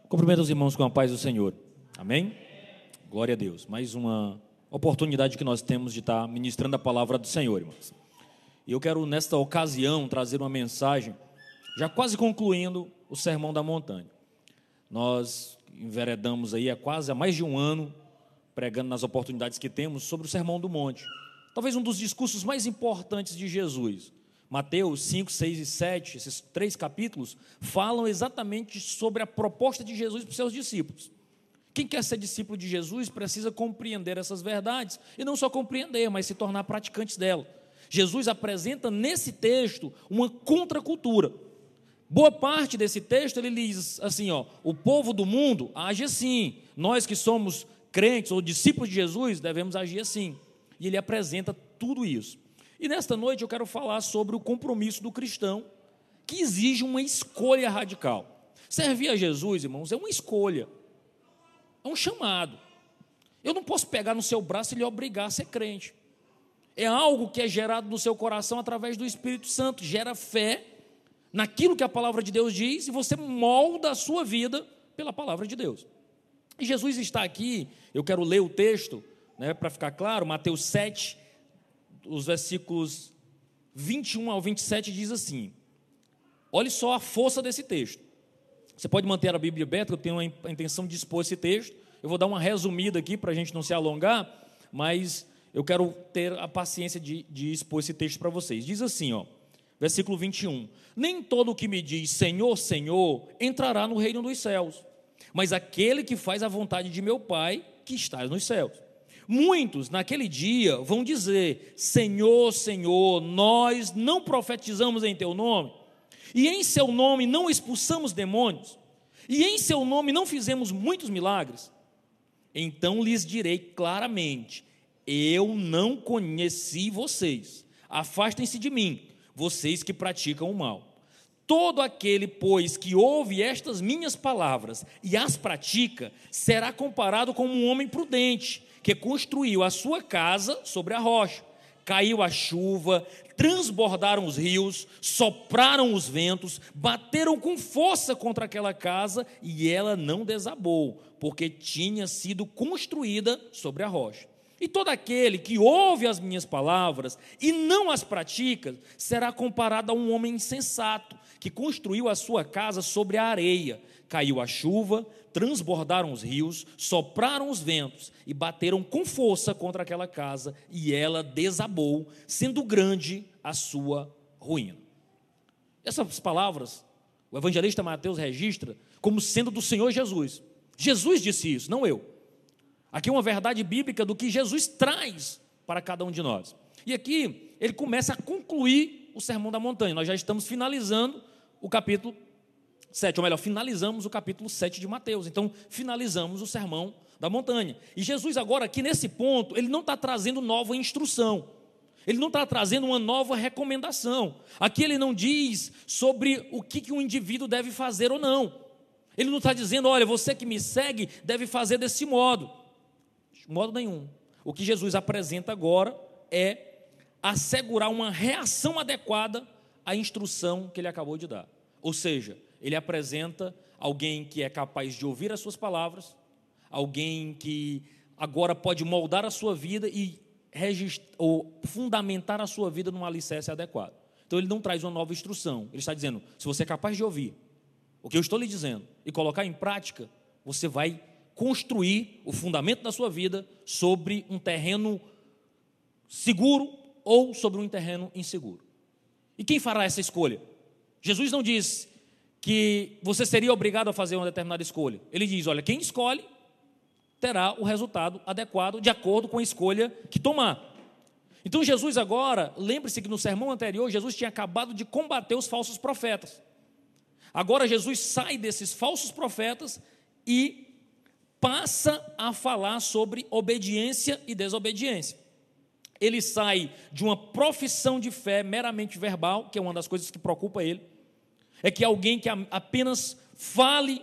Cumprimento os irmãos com a paz do Senhor. Amém? Glória a Deus. Mais uma oportunidade que nós temos de estar ministrando a palavra do Senhor, irmãos. E eu quero, nesta ocasião, trazer uma mensagem, já quase concluindo o Sermão da Montanha. Nós enveredamos aí há mais de um ano, pregando nas oportunidades que temos, sobre o Sermão do Monte. Talvez um dos discursos mais importantes de Jesus. Mateus 5, 6 e 7, esses 3 capítulos, falam exatamente sobre a proposta de Jesus para os seus discípulos. Quem quer ser discípulo de Jesus precisa compreender essas verdades, e não só compreender, mas se tornar praticantes dela. Jesus apresenta nesse texto uma contracultura. Boa parte desse texto ele diz assim, o povo do mundo age assim, nós que somos crentes ou discípulos de Jesus devemos agir assim. E ele apresenta tudo isso. E nesta noite eu quero falar sobre o compromisso do cristão, que exige uma escolha radical. Servir a Jesus, irmãos, é uma escolha, é um chamado. Eu não posso pegar no seu braço e lhe obrigar a ser crente. É algo que é gerado no seu coração através do Espírito Santo, gera fé naquilo que a palavra de Deus diz, e você molda a sua vida pela palavra de Deus. E Jesus está aqui, eu quero ler o texto, para ficar claro, Mateus 7, os versículos 21 ao 27 diz assim, olhe só a força desse texto. Você pode manter a Bíblia aberta, eu tenho a intenção de expor esse texto, eu vou dar uma resumida aqui para a gente não se alongar, mas eu quero ter a paciência de expor esse texto para vocês. Diz assim, versículo 21, nem todo o que me diz Senhor, Senhor, entrará no reino dos céus, mas aquele que faz a vontade de meu Pai que está nos céus. Muitos naquele dia vão dizer, Senhor, Senhor, nós não profetizamos em teu nome, e em seu nome não expulsamos demônios, e em seu nome não fizemos muitos milagres. Então lhes direi claramente, eu não conheci vocês, afastem-se de mim, vocês que praticam o mal. Todo aquele, pois, que ouve estas minhas palavras e as pratica, será comparado com um homem prudente, que construiu a sua casa sobre a rocha. Caiu a chuva, transbordaram os rios, sopraram os ventos, bateram com força contra aquela casa e ela não desabou, porque tinha sido construída sobre a rocha. E todo aquele que ouve as minhas palavras e não as pratica, será comparado a um homem insensato, que construiu a sua casa sobre a areia. Caiu a chuva, transbordaram os rios, sopraram os ventos e bateram com força contra aquela casa, e ela desabou, sendo grande a sua ruína. Essas palavras, o evangelista Mateus registra como sendo do Senhor Jesus. Jesus disse isso, não eu. Aqui é uma verdade bíblica do que Jesus traz para cada um de nós. E aqui ele começa a concluir o Sermão da Montanha. Nós já estamos finalizando o capítulo 7, ou melhor, finalizamos o capítulo 7 de Mateus. Então, finalizamos o Sermão da Montanha. E Jesus agora, aqui nesse ponto, ele não está trazendo nova instrução. Ele não está trazendo uma nova recomendação. Aqui ele não diz sobre o que um indivíduo deve fazer ou não. Ele não está dizendo, olha, você que me segue deve fazer desse modo. De modo nenhum. O que Jesus apresenta agora é assegurar uma reação adequada à instrução que ele acabou de dar. Ou seja, ele apresenta alguém que é capaz de ouvir as suas palavras, alguém que agora pode moldar a sua vida e ou fundamentar a sua vida num alicerce adequado. Então ele não traz uma nova instrução, ele está dizendo, se você é capaz de ouvir o que eu estou lhe dizendo e colocar em prática, você vai construir o fundamento da sua vida sobre um terreno seguro ou sobre um terreno inseguro. E quem fará essa escolha? Jesus não diz que você seria obrigado a fazer uma determinada escolha. Ele diz, olha, quem escolhe terá o resultado adequado de acordo com a escolha que tomar. Então Jesus agora, lembre-se que no sermão anterior, Jesus tinha acabado de combater os falsos profetas. Agora Jesus sai desses falsos profetas e passa a falar sobre obediência e desobediência. Ele sai de uma profissão de fé meramente verbal, que é uma das coisas que preocupa ele, é que alguém que apenas fale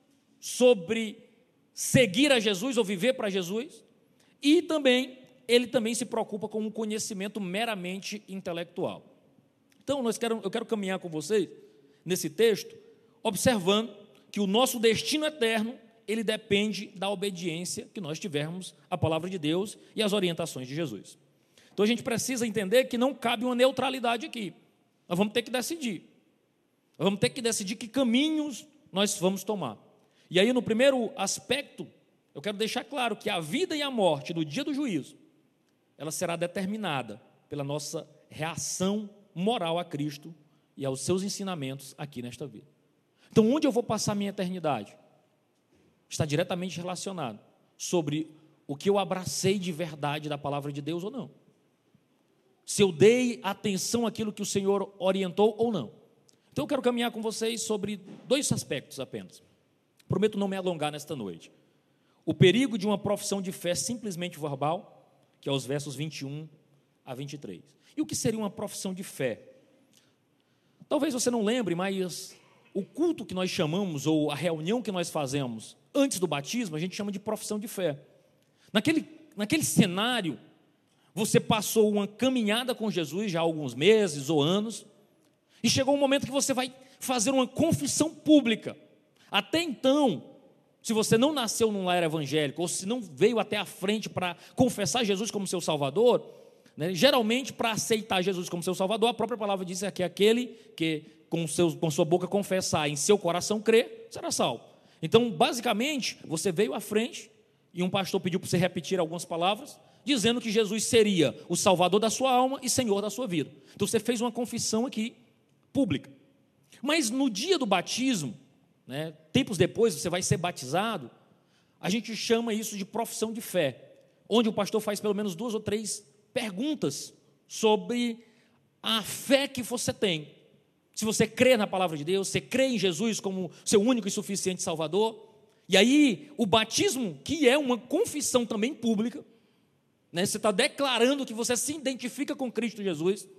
sobre seguir a Jesus ou viver para Jesus, e também, ele também se preocupa com um conhecimento meramente intelectual. Então, eu quero caminhar com vocês nesse texto, observando que o nosso destino eterno, ele depende da obediência que nós tivermos à palavra de Deus e às orientações de Jesus. Então a gente precisa entender que não cabe uma neutralidade aqui. Nós vamos ter que decidir. Nós vamos ter que decidir que caminhos nós vamos tomar. E aí, no primeiro aspecto, eu quero deixar claro que a vida e a morte no dia do juízo, ela será determinada pela nossa reação moral a Cristo e aos seus ensinamentos aqui nesta vida. Então, onde eu vou passar minha eternidade? Está diretamente relacionado sobre o que eu abracei de verdade da palavra de Deus ou não. Se eu dei atenção àquilo que o Senhor orientou ou não. Então, eu quero caminhar com vocês sobre 2 aspectos apenas. Prometo não me alongar nesta noite. O perigo de uma profissão de fé simplesmente verbal, que é os versos 21 a 23. E o que seria uma profissão de fé? Talvez você não lembre, mas o culto que nós chamamos, ou a reunião que nós fazemos antes do batismo, a gente chama de profissão de fé. Naquele cenário, você passou uma caminhada com Jesus já há alguns meses ou anos, e chegou um momento que você vai fazer uma confissão pública. Até então, se você não nasceu num lar evangélico, ou se não veio até a frente para confessar Jesus como seu Salvador, né, geralmente, para aceitar Jesus como seu Salvador, a própria palavra diz que aquele que com sua boca confessar, em seu coração crer, será salvo. Então, basicamente, você veio à frente, e um pastor pediu para você repetir algumas palavras, dizendo que Jesus seria o Salvador da sua alma e Senhor da sua vida. Então, você fez uma confissão aqui, pública. Mas no dia do batismo, né, tempos depois você vai ser batizado, a gente chama isso de profissão de fé, onde o pastor faz pelo menos 2 ou 3 perguntas sobre a fé que você tem. Se você crê na palavra de Deus, você crê em Jesus como seu único e suficiente Salvador. E aí, o batismo, que é uma confissão também pública, né, você está declarando que você se identifica com Cristo Jesus.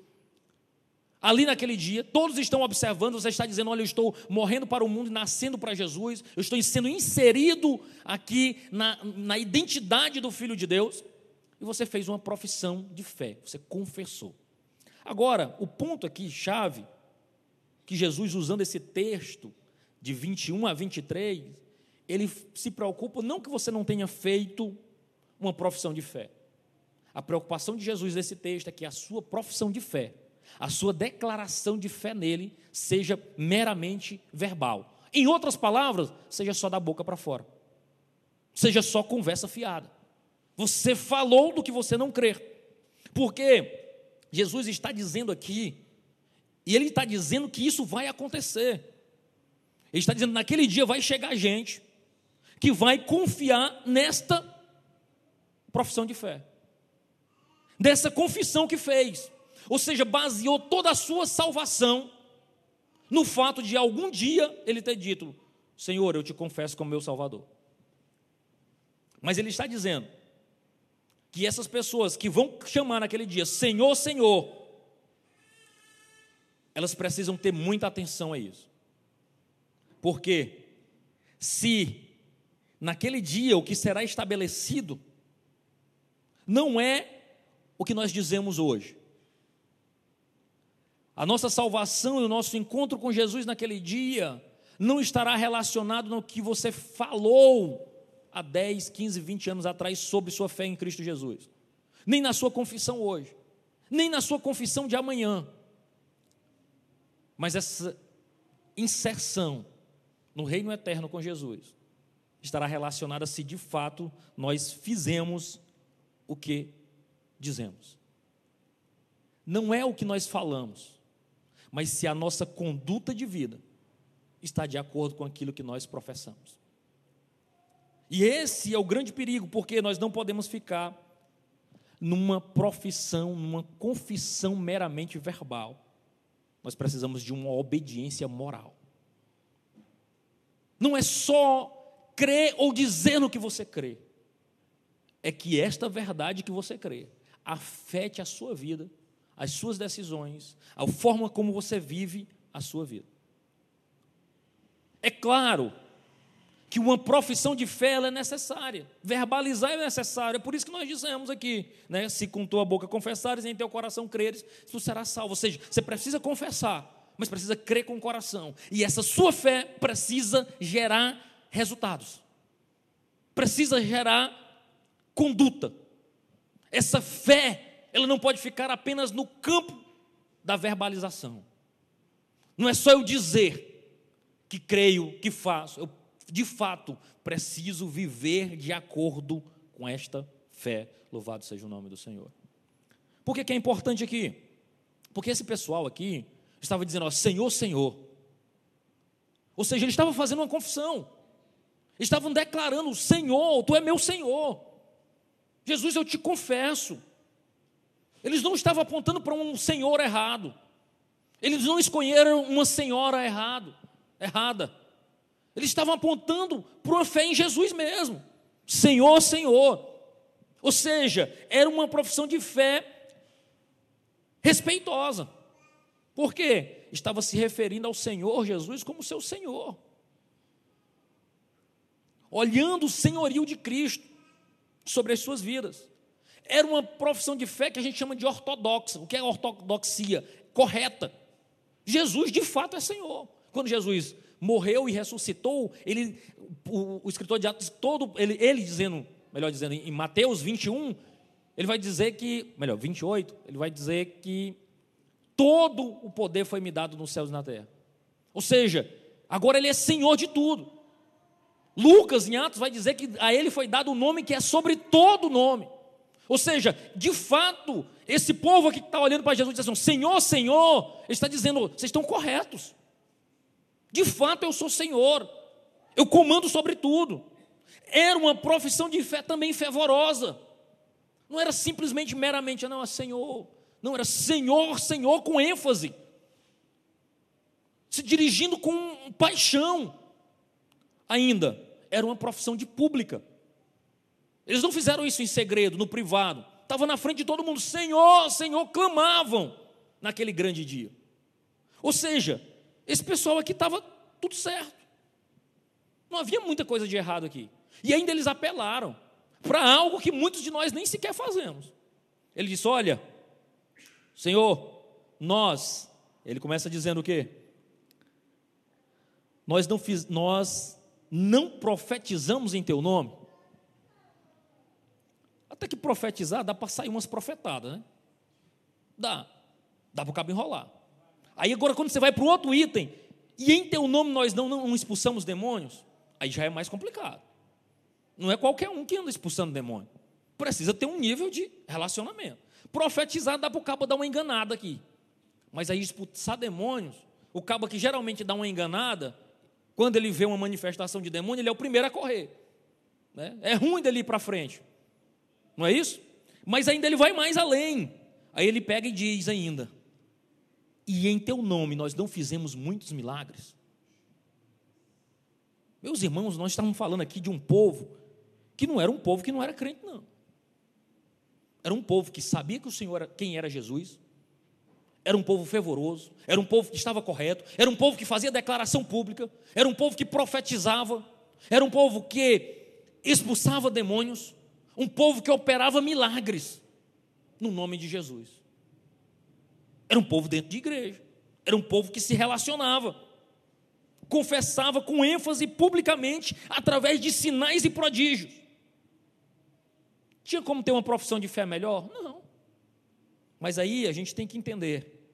Ali naquele dia, todos estão observando, você está dizendo, olha, eu estou morrendo para o mundo e nascendo para Jesus, eu estou sendo inserido aqui na identidade do Filho de Deus, e você fez uma profissão de fé, você confessou. Agora, o ponto aqui, chave, que Jesus, usando esse texto, de 21 a 23, ele se preocupa, não que você não tenha feito uma profissão de fé. A preocupação de Jesus nesse texto é que a sua profissão de fé, a sua declaração de fé nele seja meramente verbal. Em outras palavras, seja só da boca para fora. Seja só conversa fiada. Você falou do que você não crê. Porque Jesus está dizendo aqui, e ele está dizendo que isso vai acontecer. Ele está dizendo, naquele dia vai chegar gente que vai confiar nesta profissão de fé. Dessa confissão que fez. Ou seja, baseou toda a sua salvação no fato de algum dia ele ter dito, Senhor, eu te confesso como meu Salvador. Mas ele está dizendo que essas pessoas que vão chamar naquele dia, Senhor, Senhor, elas precisam ter muita atenção a isso. Porque se naquele dia o que será estabelecido não é o que nós dizemos hoje, a nossa salvação e o nosso encontro com Jesus naquele dia não estará relacionado no que você falou há 10, 15, 20 anos atrás sobre sua fé em Cristo Jesus. Nem na sua confissão hoje, nem na sua confissão de amanhã. Mas essa inserção no reino eterno com Jesus estará relacionada se de fato nós fizemos o que dizemos. Não é o que nós falamos, mas se a nossa conduta de vida está de acordo com aquilo que nós professamos. E esse é o grande perigo, porque nós não podemos ficar numa profissão, numa confissão meramente verbal. Nós precisamos de uma obediência moral. Não é só crer ou dizer no que você crê. É que esta verdade que você crê afete a sua vida, as suas decisões, a forma como você vive a sua vida. É claro que uma profissão de fé ela é necessária, verbalizar é necessário, é por isso que nós dizemos aqui, né? Se com tua boca confessares e em teu coração creres, tu serás salvo. Ou seja, você precisa confessar, mas precisa crer com o coração. E essa sua fé precisa gerar resultados. Precisa gerar conduta. Essa fé, ela não pode ficar apenas no campo da verbalização. Não é só eu dizer que creio, que faço. Eu, de fato, preciso viver de acordo com esta fé. Louvado seja o nome do Senhor. Por que é importante aqui? Porque esse pessoal aqui estava dizendo, ó, Senhor, Senhor. Ou seja, eles estavam fazendo uma confissão. Estavam declarando, Senhor, Tu é meu Senhor. Jesus, eu te confesso. Eles não estavam apontando para um senhor errado. Eles não escolheram uma senhora errada. Eles estavam apontando para uma fé em Jesus mesmo. Senhor, Senhor. Ou seja, era uma profissão de fé respeitosa. Por quê? Estava se referindo ao Senhor Jesus como seu Senhor. Olhando o senhorio de Cristo sobre as suas vidas. Era uma profissão de fé que a gente chama de ortodoxa. O que é ortodoxia? Correta. Jesus, de fato, é Senhor. Quando Jesus morreu e ressuscitou, o escritor de Atos, ele dizendo, melhor dizendo, em Mateus 21, ele vai dizer que, 28, ele vai dizer que todo o poder foi me dado nos céus e na terra. Ou seja, agora ele é Senhor de tudo. Lucas, em Atos, vai dizer que a ele foi dado um nome que é sobre todo nome. Ou seja, de fato, esse povo aqui que está olhando para Jesus e diz assim, Senhor, Senhor, ele está dizendo, vocês estão corretos. De fato, eu sou Senhor. Eu comando sobre tudo. Era uma profissão de fé também fervorosa. Não era simplesmente, meramente, não, é Senhor. Não, era Senhor, Senhor, com ênfase. Se dirigindo com paixão. Ainda, era uma profissão de pública. Eles não fizeram isso em segredo, no privado. Estava na frente de todo mundo, Senhor, Senhor, clamavam naquele grande dia. Ou seja, esse pessoal aqui estava tudo certo. Não havia muita coisa de errado aqui. E ainda eles apelaram para algo que muitos de nós nem sequer fazemos. Ele disse, olha, Senhor, ele começa dizendo o quê? Nós não profetizamos em Teu nome. Até que profetizar, dá para sair umas profetadas, né? Dá para o cabo enrolar. Aí agora quando você vai para o outro item, e em Teu nome nós não expulsamos demônios, aí já é mais complicado. Não é qualquer um que anda expulsando demônio. Precisa ter um nível de relacionamento. Profetizar dá para o cabo dar uma enganada aqui. Mas aí expulsar demônios, o cabo que geralmente dá uma enganada, quando ele vê uma manifestação de demônio, ele é o primeiro a correr. Né? É ruim dele ir para frente. Não é isso? Mas ainda ele vai mais além. Aí ele pega e diz ainda, e em Teu nome nós não fizemos muitos milagres. Meus irmãos, nós estamos falando aqui de um povo que não era crente, não. Era um povo que sabia que o Senhor, quem era Jesus, era um povo fervoroso, era um povo que estava correto, era um povo que fazia declaração pública, era um povo que profetizava, era um povo que expulsava demônios, um povo que operava milagres no nome de Jesus. Era um povo dentro de igreja, era um povo que se relacionava, confessava com ênfase publicamente através de sinais e prodígios. Tinha como ter uma profissão de fé melhor? Não. Mas aí a gente tem que entender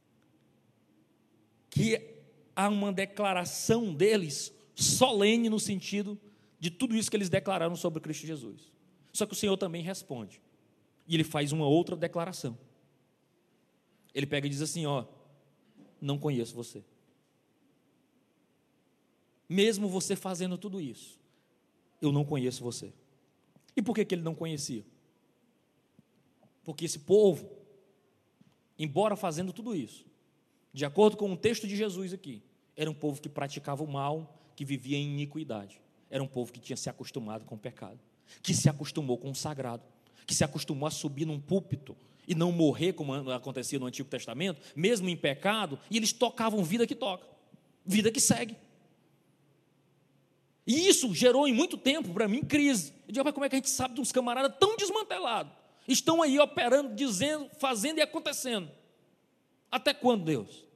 que há uma declaração deles solene no sentido de tudo isso que eles declararam sobre Cristo Jesus. Só que o Senhor também responde. E Ele faz uma outra declaração. Ele pega e diz assim, ó, não conheço você. Mesmo você fazendo tudo isso, eu não conheço você. E por que ele não conhecia? Porque esse povo, embora fazendo tudo isso, de acordo com o texto de Jesus aqui, era um povo que praticava o mal, que vivia em iniquidade. Era um povo que tinha se acostumado com o pecado, que se acostumou com o sagrado, que se acostumou a subir num púlpito e não morrer, como acontecia no Antigo Testamento, mesmo em pecado, e eles tocavam vida que toca, vida que segue. E isso gerou em muito tempo, para mim, crise. Eu digo, mas como é que a gente sabe de uns camaradas tão desmantelados? Estão aí operando, dizendo, fazendo e acontecendo. Até quando, Deus?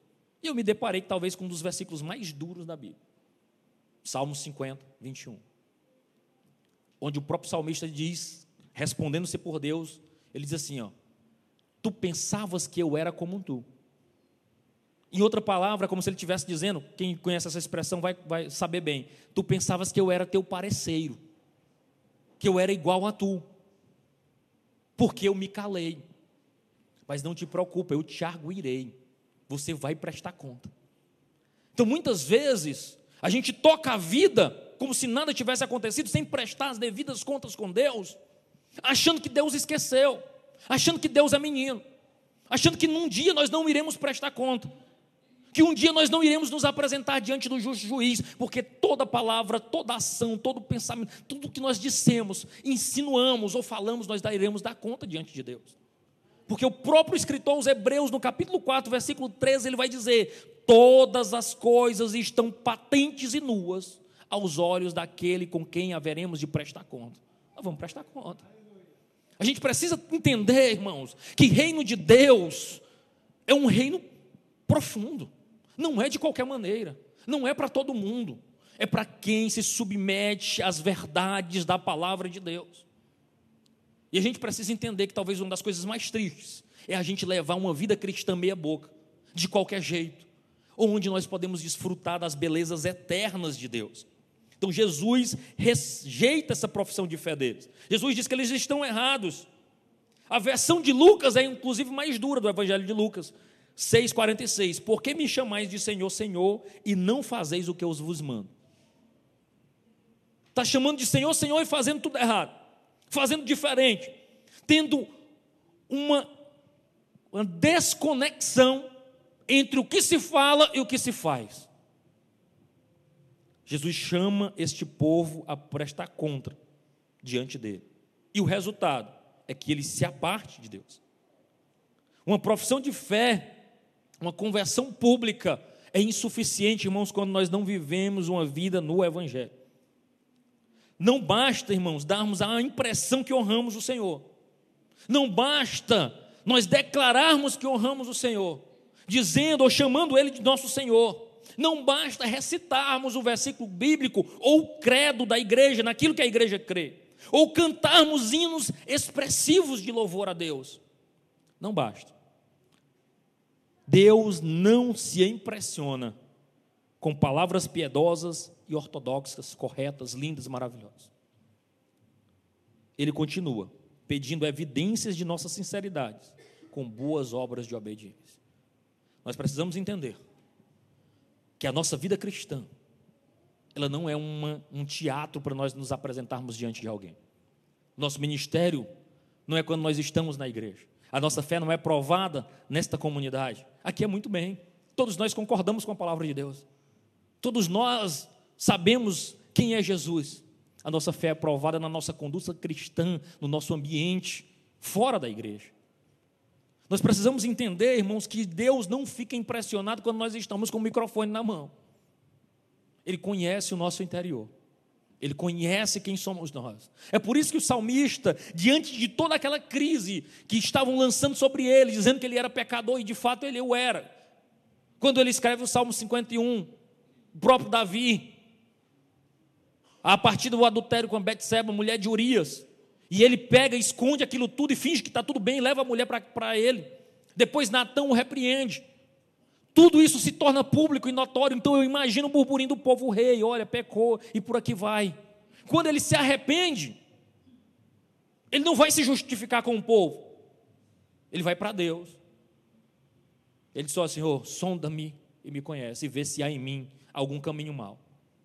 E eu me deparei talvez com um dos versículos mais duros da Bíblia. Salmo 50, 21. Onde o próprio salmista diz, respondendo-se por Deus, ele diz assim, ó: tu pensavas que eu era como tu. Em outra palavra, como se ele estivesse dizendo, quem conhece essa expressão vai saber bem, tu pensavas que eu era teu pareceiro, que eu era igual a tu, porque eu me calei. Mas não te preocupa, eu te arguirei, você vai prestar conta. Então muitas vezes a gente toca a vida como se nada tivesse acontecido, sem prestar as devidas contas com Deus, achando que Deus esqueceu, achando que Deus é menino, achando que num dia nós não iremos prestar conta, que um dia nós não iremos nos apresentar diante do justo juiz, porque toda palavra, toda ação, todo pensamento, tudo que nós dissemos, insinuamos ou falamos, nós iremos dar conta diante de Deus. Porque o próprio escritor aos Hebreus, no capítulo 4, versículo 13, ele vai dizer: todas as coisas estão patentes e nuas aos olhos daquele com quem haveremos de prestar conta. Nós vamos prestar conta. A gente precisa entender, irmãos, que reino de Deus é um reino profundo. Não é de qualquer maneira, não é para todo mundo, é para quem se submete às verdades da palavra de Deus. E a gente precisa entender que talvez uma das coisas mais tristes é a gente levar uma vida cristã meia boca, de qualquer jeito, onde nós podemos desfrutar das belezas eternas de Deus. Então Jesus rejeita essa profissão de fé deles. Jesus diz que eles estão errados. A versão de Lucas é inclusive mais dura do Evangelho de Lucas, 6,46. Por que me chamais de Senhor, Senhor, e não fazeis o que eu vos mando? Está chamando de Senhor, Senhor e fazendo tudo errado, fazendo diferente, tendo uma desconexão entre o que se fala e o que se faz. Jesus chama este povo a prestar conta diante dele. E o resultado é que ele se aparte de Deus. Uma profissão de fé, uma conversão pública é insuficiente, irmãos, quando nós não vivemos uma vida no Evangelho. Não basta, irmãos, darmos a impressão que honramos o Senhor. Não basta nós declararmos que honramos o Senhor, dizendo ou chamando Ele de nosso Senhor. Não basta recitarmos o versículo bíblico ou o credo da igreja, naquilo que a igreja crê, ou cantarmos hinos expressivos de louvor a Deus. Não basta. Deus não se impressiona com palavras piedosas e ortodoxas, corretas, lindas, maravilhosas. Ele continua pedindo evidências de nossa sinceridade, com boas obras de obediência. Nós precisamos entender que a nossa vida cristã, ela não é um teatro para nós nos apresentarmos diante de alguém. Nosso ministério não é quando nós estamos na igreja. A nossa fé não é provada nesta comunidade. Aqui é muito bem. Todos nós concordamos com a palavra de Deus. Todos nós sabemos quem é Jesus. A nossa fé é provada na nossa conduta cristã, no nosso ambiente, fora da igreja. Nós precisamos entender, irmãos, que Deus não fica impressionado quando nós estamos com o microfone na mão. Ele conhece o nosso interior. Ele conhece quem somos nós. É por isso que o salmista, diante de toda aquela crise que estavam lançando sobre ele, dizendo que ele era pecador, e de fato ele o era. Quando ele escreve o Salmo 51, o próprio Davi, a partir do adultério com a Betseba, mulher de Urias, e ele pega, esconde aquilo tudo e finge que está tudo bem, e leva a mulher para ele. Depois Natão o repreende. Tudo isso se torna público e notório. Então eu imagino o burburinho do povo, o rei, olha, pecou, e por aqui vai. Quando ele se arrepende, ele não vai se justificar com o povo, ele vai para Deus. Ele diz: ó Senhor, sonda-me e me conhece, e vê se há em mim algum caminho mau.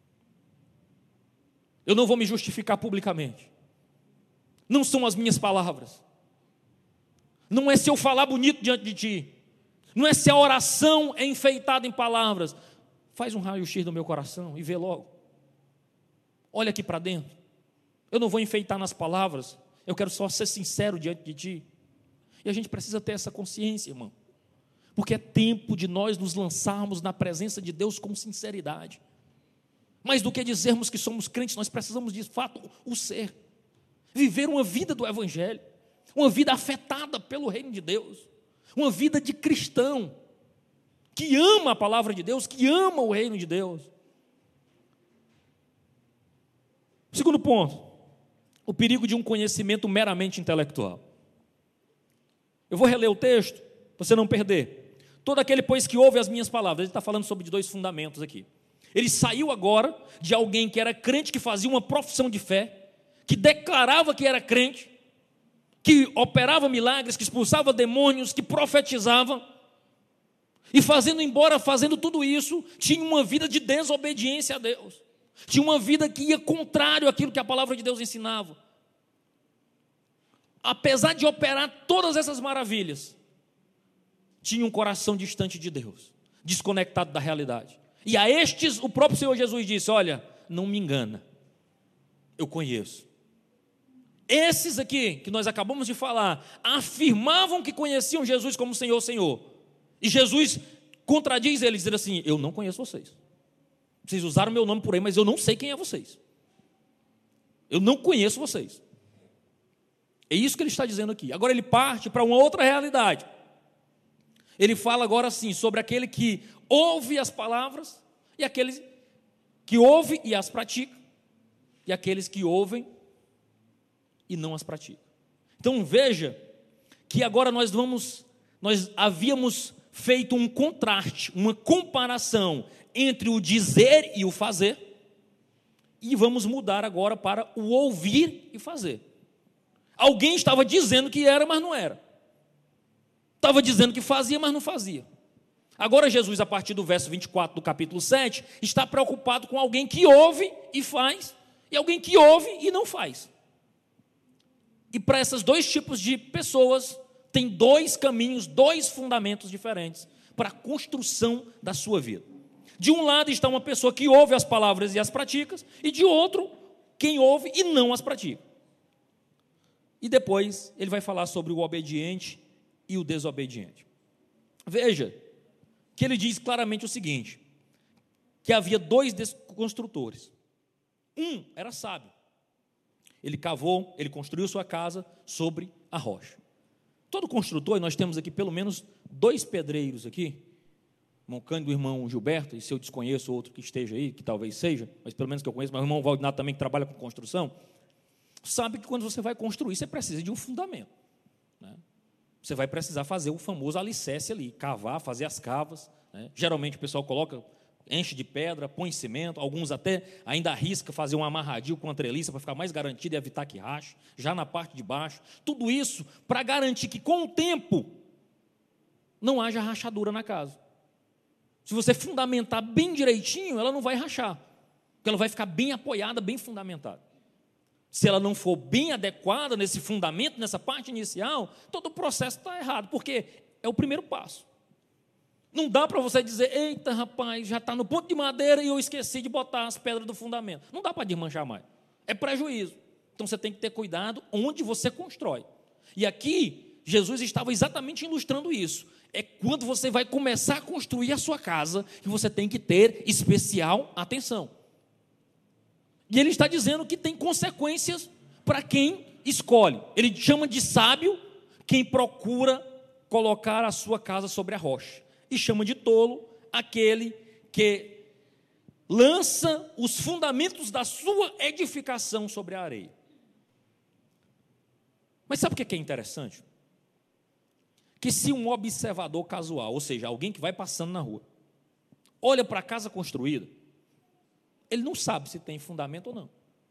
Eu não vou me justificar publicamente. Não são as minhas palavras. Não é se eu falar bonito diante de ti. Não é se a oração é enfeitada em palavras. Faz um raio-x do meu coração e vê logo. Olha aqui para dentro. Eu não vou enfeitar nas palavras. Eu quero só ser sincero diante de ti. E a gente precisa ter essa consciência, irmão. Porque é tempo de nós nos lançarmos na presença de Deus com sinceridade. Mais do que dizermos que somos crentes, nós precisamos de fato o ser. Viver uma vida do Evangelho. Uma vida afetada pelo reino de Deus. Uma vida de cristão. que ama a palavra de Deus, que ama o reino de Deus. Segundo ponto, o perigo de um conhecimento meramente intelectual. Eu vou reler o texto, para você não perder. Todo aquele, pois, que ouve as minhas palavras, ele está falando sobre dois fundamentos aqui. Ele saiu agora de alguém que era crente, que fazia uma profissão de fé, que declarava que era crente, que operava milagres, que expulsava demônios, que profetizava, e fazendo tudo isso, tinha uma vida de desobediência a Deus, tinha uma vida que ia contrário àquilo que a palavra de Deus ensinava. Apesar de operar todas essas maravilhas, tinha um coração distante de Deus, desconectado da realidade. E a estes, o próprio Senhor Jesus disse: olha, não me engana, eu conheço. Esses aqui, que nós acabamos de falar, afirmavam que conheciam Jesus como Senhor, Senhor. E Jesus contradiz eles, dizendo assim: eu não conheço vocês. Vocês usaram meu nome por aí, mas eu não sei quem é vocês. Eu não conheço vocês. É isso que ele está dizendo aqui. Agora ele parte para uma outra realidade. Ele fala agora assim, sobre aquele que ouve as palavras, e aqueles que ouvem e as praticam, e aqueles que ouvem e não as praticam. Então veja que agora nós havíamos feito um contraste, uma comparação entre o dizer e o fazer, e vamos mudar agora para o ouvir e fazer. Alguém estava dizendo que era, mas não era. Estava dizendo que fazia, mas não fazia. Agora Jesus, a partir do verso 24 do capítulo 7, está preocupado com alguém que ouve e faz, e alguém que ouve e não faz. E para esses dois tipos de pessoas, tem dois caminhos, dois fundamentos diferentes para a construção da sua vida. De um lado está uma pessoa que ouve as palavras e as pratica, e de outro, quem ouve e não as pratica. E depois ele vai falar sobre o obediente e o desobediente. Veja que ele diz claramente o seguinte, que havia dois construtores. Um era sábio. Ele cavou, ele construiu sua casa sobre a rocha. Todo construtor, e nós temos aqui pelo menos dois pedreiros aqui, irmão Cândido, o irmão Gilberto, e se eu desconheço outro que esteja aí, que talvez seja, mas pelo menos que eu conheço, mas o irmão Valdinato também, que trabalha com construção, sabe que quando você vai construir, você precisa de um fundamento, né? Você vai precisar fazer o famoso alicerce ali, cavar, fazer as cavas, né? Geralmente o pessoal enche de pedra, põe cimento, alguns até ainda arrisca fazer um amarradinho com a treliça para ficar mais garantido e evitar que rache, já na parte de baixo. Tudo isso para garantir que com o tempo não haja rachadura na casa. Se você fundamentar bem direitinho, ela não vai rachar, porque ela vai ficar bem apoiada, bem fundamentada. Se ela não for bem adequada nesse fundamento, nessa parte inicial, todo o processo está errado, porque é o primeiro passo. Não dá para você dizer: eita, rapaz, já está no ponto de madeira e eu esqueci de botar as pedras do fundamento. Não dá para desmanchar mais. É prejuízo. Então você tem que ter cuidado onde você constrói. E aqui, Jesus estava exatamente ilustrando isso. É quando você vai começar a construir a sua casa que você tem que ter especial atenção. E ele está dizendo que tem consequências para quem escolhe. Ele chama de sábio quem procura colocar a sua casa sobre a rocha. E chama de tolo aquele que lança os fundamentos da sua edificação sobre a areia. Mas sabe o que é interessante? Que se um observador casual, ou seja, alguém que vai passando na rua, olha para a casa construída, ele não sabe se tem fundamento ou não.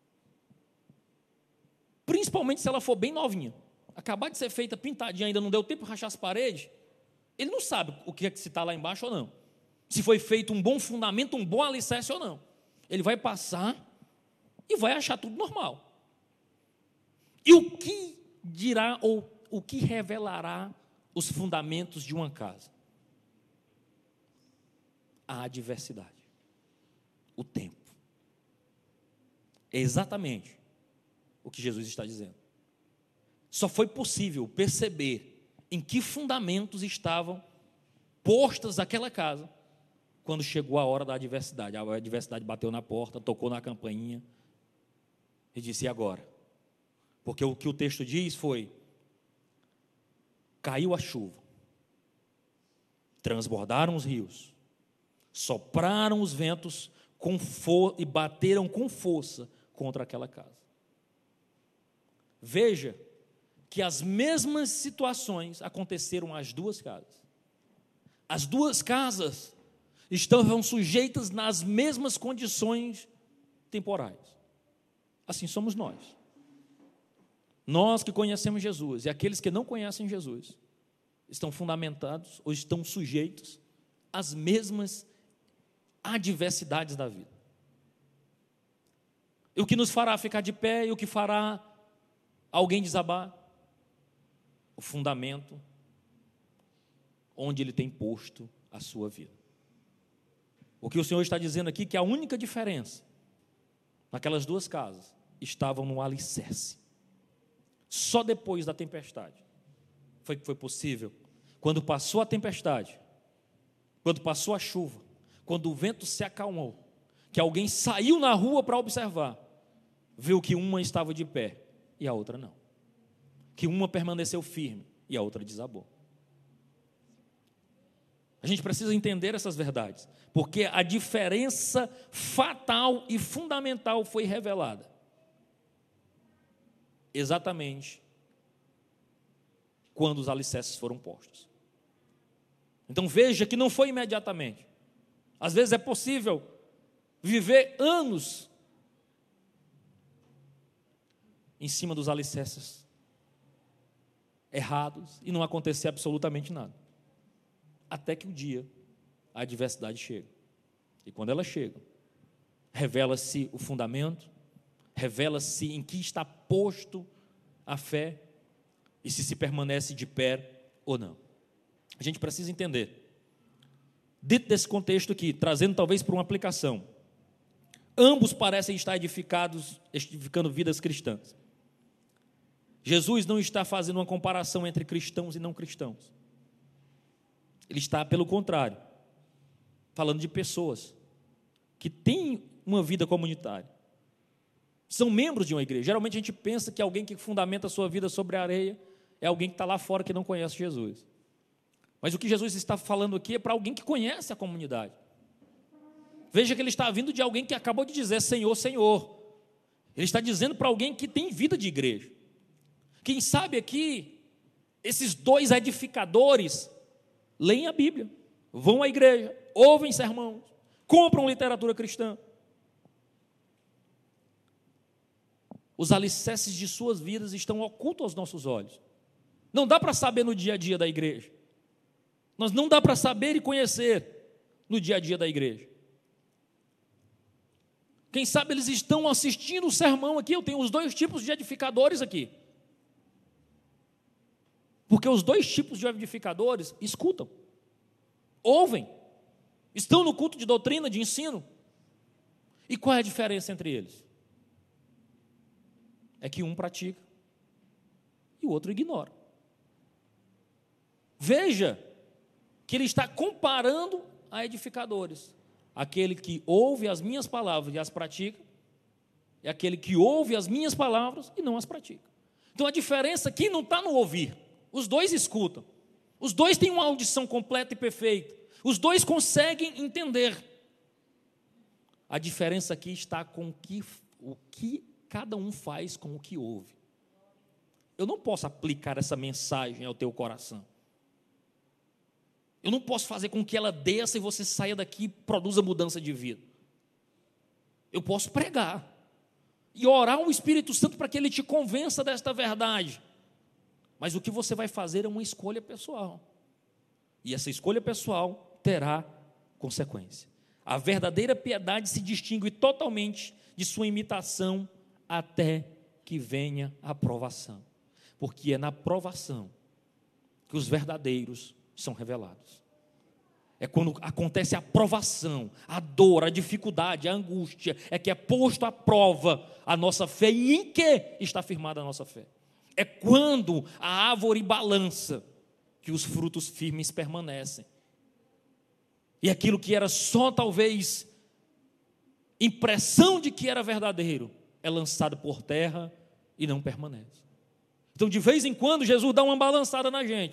Principalmente se ela for bem novinha. Acabar de ser feita, pintadinha, ainda não deu tempo de rachar as paredes, ele não sabe o que é que se está lá embaixo ou não. Se foi feito um bom fundamento, um bom alicerce ou não. Ele vai passar e vai achar tudo normal. E o que dirá ou o que revelará os fundamentos de uma casa? A adversidade. O tempo. É exatamente o que Jesus está dizendo. Só foi possível perceber em que fundamentos estavam postas aquela casa quando chegou a hora da adversidade. A adversidade bateu na porta, tocou na campainha e disse: e agora? Porque o que o texto diz foi: caiu a chuva, transbordaram os rios, sopraram os ventos e bateram com força contra aquela casa. Veja que as mesmas situações aconteceram às duas casas. As duas casas estavam sujeitas nas mesmas condições temporais. Assim somos nós. Nós que conhecemos Jesus e aqueles que não conhecem Jesus estão fundamentados ou estão sujeitos às mesmas adversidades da vida. E o que nos fará ficar de pé e o que fará alguém desabar? O fundamento onde ele tem posto a sua vida. O que o Senhor está dizendo aqui, que a única diferença naquelas duas casas estavam no alicerce. Só depois da tempestade foi que foi possível, quando passou a tempestade, quando passou a chuva, quando o vento se acalmou, que alguém saiu na rua para observar, viu que uma estava de pé e a outra não, que uma permaneceu firme e a outra desabou. A gente precisa entender essas verdades, porque a diferença fatal e fundamental foi revelada exatamente quando os alicerces foram postos. Então veja que não foi imediatamente. Às vezes é possível viver anos em cima dos alicerces errados e não acontecer absolutamente nada. Até que um dia a adversidade chega. E quando ela chega, revela-se o fundamento, revela-se em que está posto a fé e se permanece de pé ou não. A gente precisa entender, dentro desse contexto aqui, trazendo talvez para uma aplicação, ambos parecem estar edificando vidas cristãs. Jesus não está fazendo uma comparação entre cristãos e não cristãos. Ele está, pelo contrário, falando de pessoas que têm uma vida comunitária, são membros de uma igreja. Geralmente a gente pensa que alguém que fundamenta a sua vida sobre a areia é alguém que está lá fora que não conhece Jesus. Mas o que Jesus está falando aqui é para alguém que conhece a comunidade. Veja que ele está vindo de alguém que acabou de dizer Senhor, Senhor. Ele está dizendo para alguém que tem vida de igreja. Quem sabe aqui, esses dois edificadores leem a Bíblia, vão à igreja, ouvem sermãos, compram literatura cristã. Os alicerces de suas vidas estão ocultos aos nossos olhos. Não dá para saber no dia a dia da igreja. Nós não dá para saber e conhecer no dia a dia da igreja. Quem sabe eles estão assistindo o sermão aqui. Eu tenho os dois tipos de edificadores aqui. Porque os dois tipos de edificadores escutam, ouvem, estão no culto de doutrina, de ensino. E qual é a diferença entre eles? É que um pratica e o outro ignora. Veja que ele está comparando a edificadores. Aquele que ouve as minhas palavras e as pratica, e aquele que ouve as minhas palavras e não as pratica. Então a diferença aqui não está no ouvir. Os dois escutam. Os dois têm uma audição completa e perfeita. Os dois conseguem entender. A diferença aqui está com o que cada um faz com o que ouve. Eu não posso aplicar essa mensagem ao teu coração. Eu não posso fazer com que ela desça e você saia daqui e produza mudança de vida. Eu posso pregar e orar ao Espírito Santo para que ele te convença desta verdade. Mas o que você vai fazer é uma escolha pessoal. E essa escolha pessoal terá consequência. A verdadeira piedade se distingue totalmente de sua imitação até que venha a provação. Porque é na provação que os verdadeiros são revelados. É quando acontece a provação, a dor, a dificuldade, a angústia, é que é posto à prova a nossa fé e em que está firmada a nossa fé. É quando a árvore balança que os frutos firmes permanecem. E aquilo que era só talvez impressão de que era verdadeiro, é lançado por terra e não permanece. Então de vez em quando Jesus dá uma balançada na gente.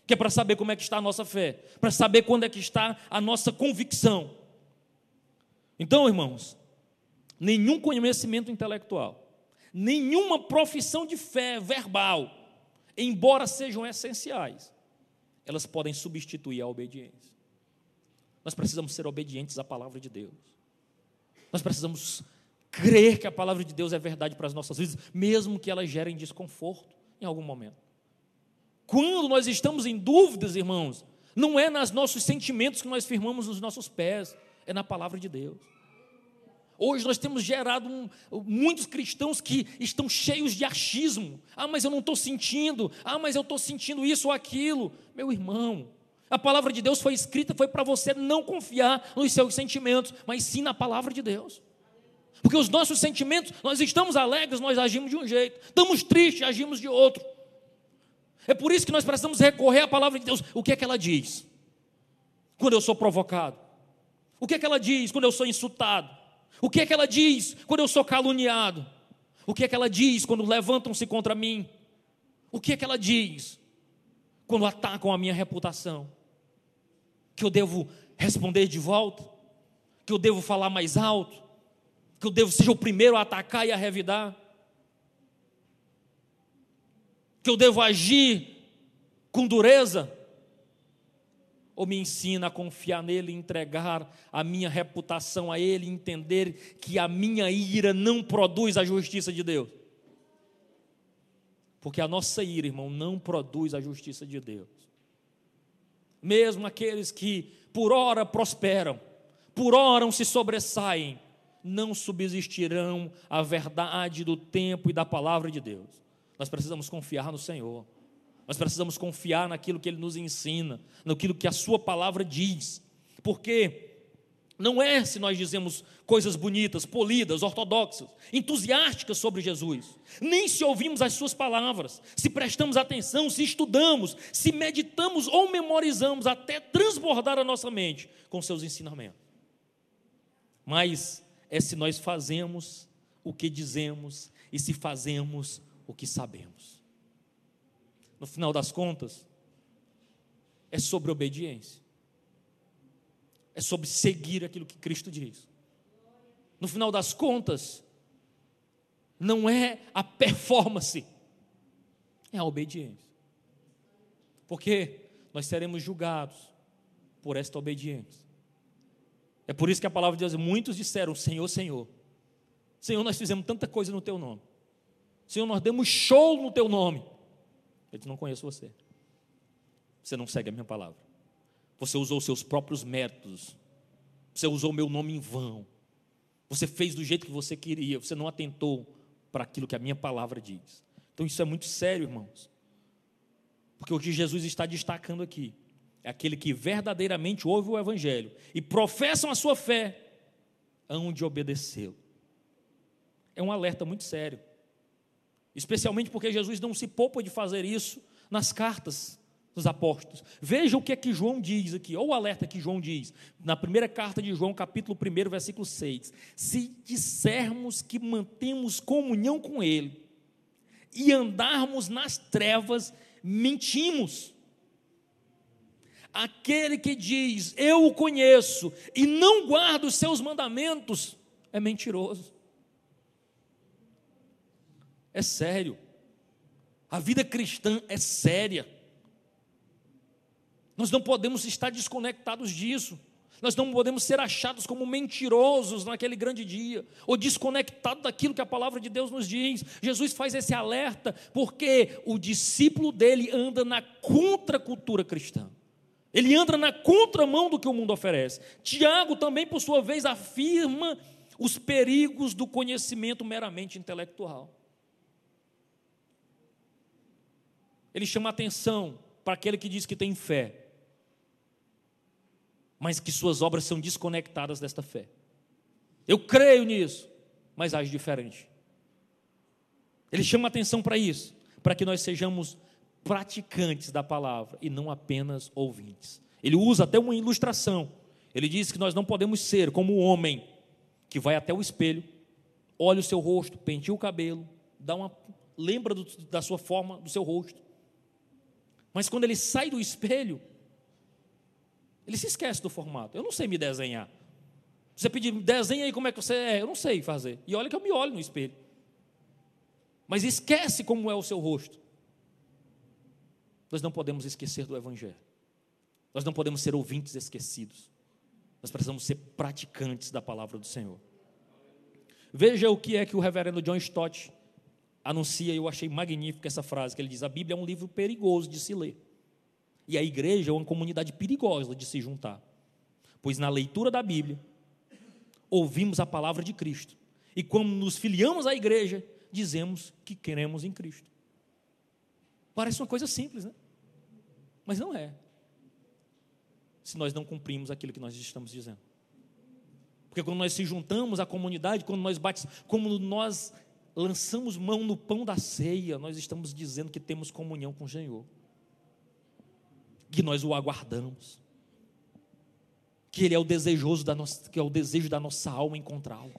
que é para saber como é que está a nossa fé, para saber quando é que está a nossa convicção. Então, irmãos, nenhum conhecimento intelectual, nenhuma profissão de fé verbal, embora sejam essenciais, elas podem substituir a obediência. Nós precisamos ser obedientes à palavra de Deus. Nós precisamos crer que a palavra de Deus é verdade para as nossas vidas, mesmo que elas gerem desconforto em algum momento. Quando nós estamos em dúvidas, irmãos, não é nos nossos sentimentos que nós firmamos os nossos pés, é na palavra de Deus. Hoje nós temos gerado muitos cristãos que estão cheios de achismo. Mas eu não estou sentindo. Mas eu estou sentindo isso ou aquilo. Meu irmão, a palavra de Deus foi escrita, foi para você não confiar nos seus sentimentos, mas sim na palavra de Deus. Porque os nossos sentimentos, nós estamos alegres, nós agimos de um jeito. Estamos tristes, agimos de outro. É por isso que nós precisamos recorrer à palavra de Deus. O que é que ela diz quando eu sou provocado? O que é que ela diz quando eu sou insultado? O que é que ela diz quando eu sou caluniado? O que é que ela diz quando levantam-se contra mim? O que é que ela diz quando atacam a minha reputação? Que eu devo responder de volta? Que eu devo falar mais alto? Que eu devo ser o primeiro a atacar e a revidar? Que eu devo agir com dureza? Ou me ensina a confiar nele, entregar a minha reputação a ele, entender que a minha ira não produz a justiça de Deus? Porque a nossa ira, irmão, não produz a justiça de Deus. Mesmo aqueles que por ora prosperam, por ora se sobressaem, não subsistirão a verdade do tempo e da palavra de Deus. Nós precisamos confiar no Senhor. Nós precisamos confiar naquilo que Ele nos ensina, naquilo que a Sua palavra diz. Porque não é se nós dizemos coisas bonitas, polidas, ortodoxas, entusiásticas sobre Jesus, nem se ouvimos as Suas palavras, se prestamos atenção, se estudamos, se meditamos ou memorizamos até transbordar a nossa mente com Seus ensinamentos. Mas é se nós fazemos o que dizemos e se fazemos o que sabemos. No final das contas, é sobre obediência. É sobre seguir aquilo que Cristo diz. No final das contas, não é a performance, é a obediência. Porque nós seremos julgados por esta obediência. É por isso que a palavra de Deus, muitos disseram: Senhor, Senhor. Senhor, nós fizemos tanta coisa no Teu nome. Senhor, nós demos show no Teu nome. Eu disse: não conheço você. Você não segue a minha palavra. Você usou os seus próprios métodos. Você usou o meu nome em vão. Você fez do jeito que você queria. Você não atentou para aquilo que a minha palavra diz. Então isso é muito sério, irmãos. Porque o que Jesus está destacando aqui é aquele que verdadeiramente ouve o Evangelho e professam a sua fé, hão de obedecê-lo. É um alerta muito sério. Especialmente porque Jesus não se poupa de fazer isso nas cartas dos apóstolos. Veja o que é que João diz aqui, ou o alerta que João diz, na primeira carta de João, capítulo 1, versículo 6. Se dissermos que mantemos comunhão com Ele e andarmos nas trevas, mentimos. Aquele que diz, eu o conheço, e não guarda os seus mandamentos, é mentiroso. É sério. A vida cristã é séria. Nós não podemos estar desconectados disso. Nós não podemos ser achados como mentirosos naquele grande dia, ou desconectados daquilo que a palavra de Deus nos diz. Jesus faz esse alerta porque o discípulo dele anda na contracultura cristã. Ele anda na contramão do que o mundo oferece. Tiago também, por sua vez, afirma os perigos do conhecimento meramente intelectual. Ele chama atenção para aquele que diz que tem fé, mas que suas obras são desconectadas desta fé. Eu creio nisso, mas age diferente. Ele chama atenção para isso, para que nós sejamos praticantes da palavra e não apenas ouvintes. Ele usa até uma ilustração. Ele diz que nós não podemos ser como o homem que vai até o espelho, olha o seu rosto, penteia o cabelo, lembra da sua forma, do seu rosto, Mas quando ele sai do espelho, ele se esquece do formato. Eu não sei me desenhar. Você pedir, desenha aí como é que você é, eu não sei fazer. E olha que eu me olho no espelho. Mas esquece como é o seu rosto. Nós não podemos esquecer do Evangelho. Nós não podemos ser ouvintes esquecidos. Nós precisamos ser praticantes da palavra do Senhor. Veja o que é que o reverendo John Stott anuncia, e eu achei magnífica essa frase, que ele diz: a Bíblia é um livro perigoso de se ler. E a igreja é uma comunidade perigosa de se juntar. Pois na leitura da Bíblia, ouvimos a palavra de Cristo. E quando nos filiamos à igreja, dizemos que queremos em Cristo. Parece uma coisa simples, né? Mas não é. Se nós não cumprimos aquilo que nós estamos dizendo. Porque quando nós se juntamos à comunidade, quando nós lançamos mão no pão da ceia, nós estamos dizendo que temos comunhão com o Senhor. Que nós o aguardamos. Que Ele é o desejoso que é o desejo da nossa alma encontrá-lo.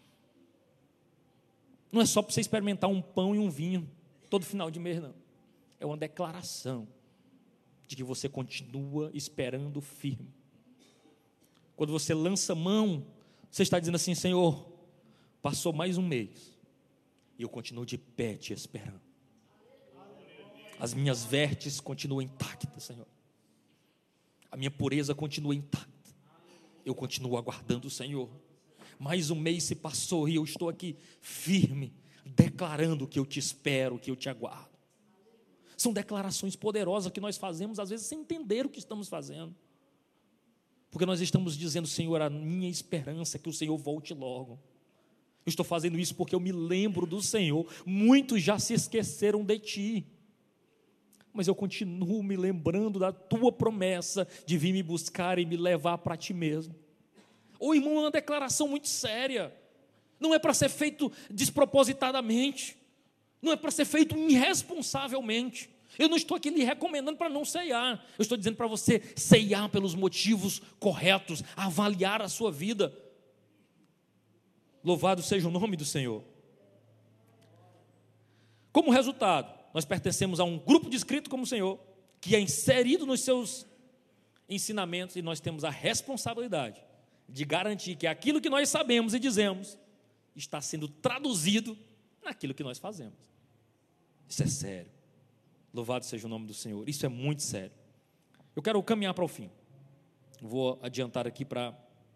Não é só para você experimentar um pão e um vinho todo final de mês, não. É uma declaração de que você continua esperando firme. Quando você lança mão, você está dizendo assim: Senhor, passou mais um mês e eu continuo de pé te esperando. As minhas vestes continuam intactas, Senhor. A minha pureza continua intacta. Eu continuo aguardando o Senhor. Mais um mês se passou e eu estou aqui firme, declarando que eu te espero, que eu te aguardo. São declarações poderosas que nós fazemos, às vezes, sem entender o que estamos fazendo. Porque nós estamos dizendo: Senhor, a minha esperança é que o Senhor volte logo. Eu estou fazendo isso porque eu me lembro do Senhor. Muitos já se esqueceram de Ti. Mas eu continuo me lembrando da Tua promessa de vir me buscar e me levar para Ti mesmo. Ô irmão, é uma declaração muito séria. Não é para ser feito despropositadamente. Não é para ser feito irresponsavelmente. Eu não estou aqui lhe recomendando para não ceiar. Eu estou dizendo para você ceiar pelos motivos corretos, avaliar a sua vida. Louvado seja o nome do Senhor. Como resultado, nós pertencemos a um grupo descrito como o Senhor, que é inserido nos seus ensinamentos, e nós temos a responsabilidade de garantir que aquilo que nós sabemos e dizemos está sendo traduzido naquilo que nós fazemos. Isso é sério. Louvado seja o nome do Senhor. Isso é muito sério. Eu quero caminhar para o fim. Vou adiantar aqui para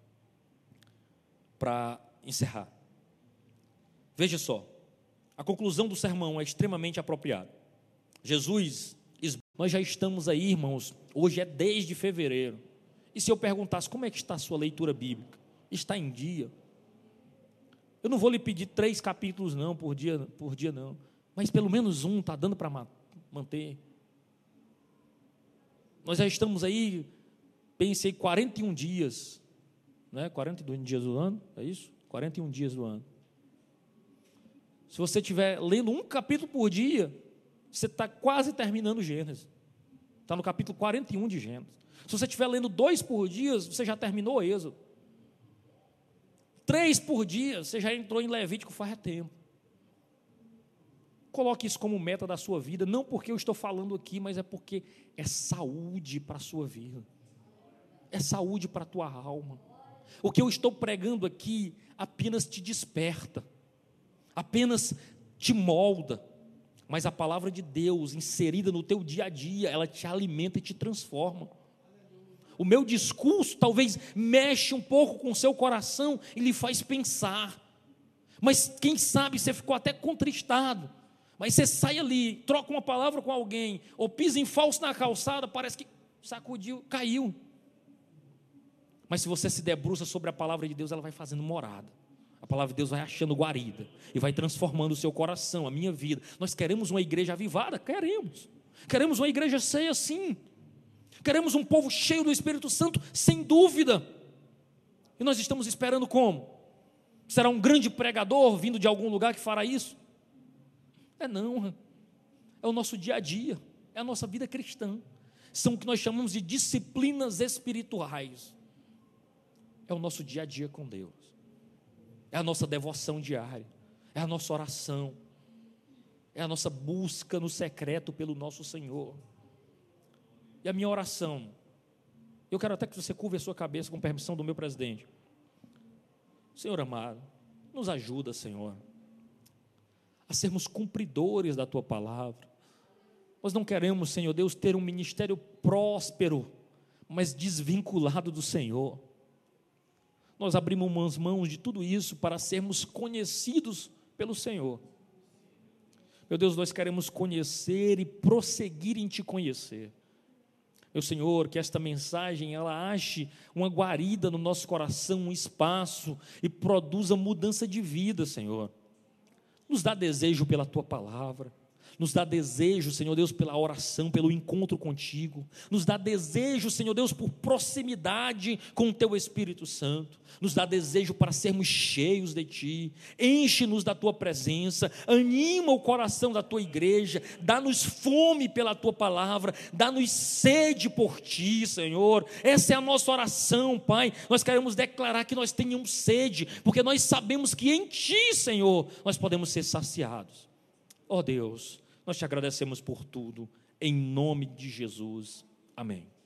encerrar. Veja só, a conclusão do sermão é extremamente apropriada. Nós já estamos aí, irmãos, hoje é desde fevereiro. E se eu perguntasse como é que está a sua leitura bíblica? Está em dia? Eu não vou lhe pedir 3 capítulos não, por dia não. Mas pelo menos um está dando para manter. Nós já estamos aí, pensei, 41 dias, né? 42 dias do ano, é isso? 41 dias do ano. Se você estiver lendo um capítulo por dia, você está quase terminando Gênesis. Está no capítulo 41 de Gênesis. Se você estiver lendo 2 por dia, você já terminou Êxodo. 3 por dia, você já entrou em Levítico faz tempo. Coloque isso como meta da sua vida, não porque eu estou falando aqui, mas é porque é saúde para a sua vida. É saúde para a tua alma. O que eu estou pregando aqui apenas te desperta, apenas te molda, mas a palavra de Deus inserida no teu dia a dia, ela te alimenta e te transforma. O meu discurso talvez mexe um pouco com o seu coração e lhe faz pensar, mas quem sabe você ficou até contristado, mas você sai ali, troca uma palavra com alguém, ou pisa em falso na calçada, parece que sacudiu, caiu. Mas se você se debruça sobre a palavra de Deus, ela vai fazendo morada. A palavra de Deus vai achando guarida e vai transformando o seu coração, a minha vida. Nós queremos uma igreja avivada? Queremos uma igreja cheia, sim. Queremos um povo cheio do Espírito Santo, sem dúvida. E nós estamos esperando como? Será um grande pregador vindo de algum lugar que fará isso? Não, é o nosso dia a dia, é a nossa vida cristã. São o que nós chamamos de disciplinas espirituais. É o nosso dia a dia com Deus. É a nossa devoção diária, é a nossa oração, é a nossa busca no secreto pelo nosso Senhor. E a minha oração, eu quero até que você curve a sua cabeça com permissão do meu presidente. Senhor amado, nos ajuda, Senhor, a sermos cumpridores da Tua palavra. Nós não queremos, Senhor Deus, ter um ministério próspero, mas desvinculado do Senhor. Nós abrimos as mãos de tudo isso para sermos conhecidos pelo Senhor. Meu Deus, nós queremos conhecer e prosseguir em Te conhecer. Meu Senhor, que esta mensagem, ela ache uma guarida no nosso coração, um espaço, e produza mudança de vida, Senhor. Nos dá desejo pela Tua palavra, nos dá desejo, Senhor Deus, pela oração, pelo encontro contigo, nos dá desejo, Senhor Deus, por proximidade com o Teu Espírito Santo, nos dá desejo para sermos cheios de Ti, enche-nos da Tua presença, anima o coração da Tua igreja, dá-nos fome pela Tua palavra, dá-nos sede por Ti, Senhor. Essa é a nossa oração, Pai. Nós queremos declarar que nós tenhamos sede, porque nós sabemos que em Ti, Senhor, nós podemos ser saciados. Ó Deus, nós Te agradecemos por tudo, em nome de Jesus, amém.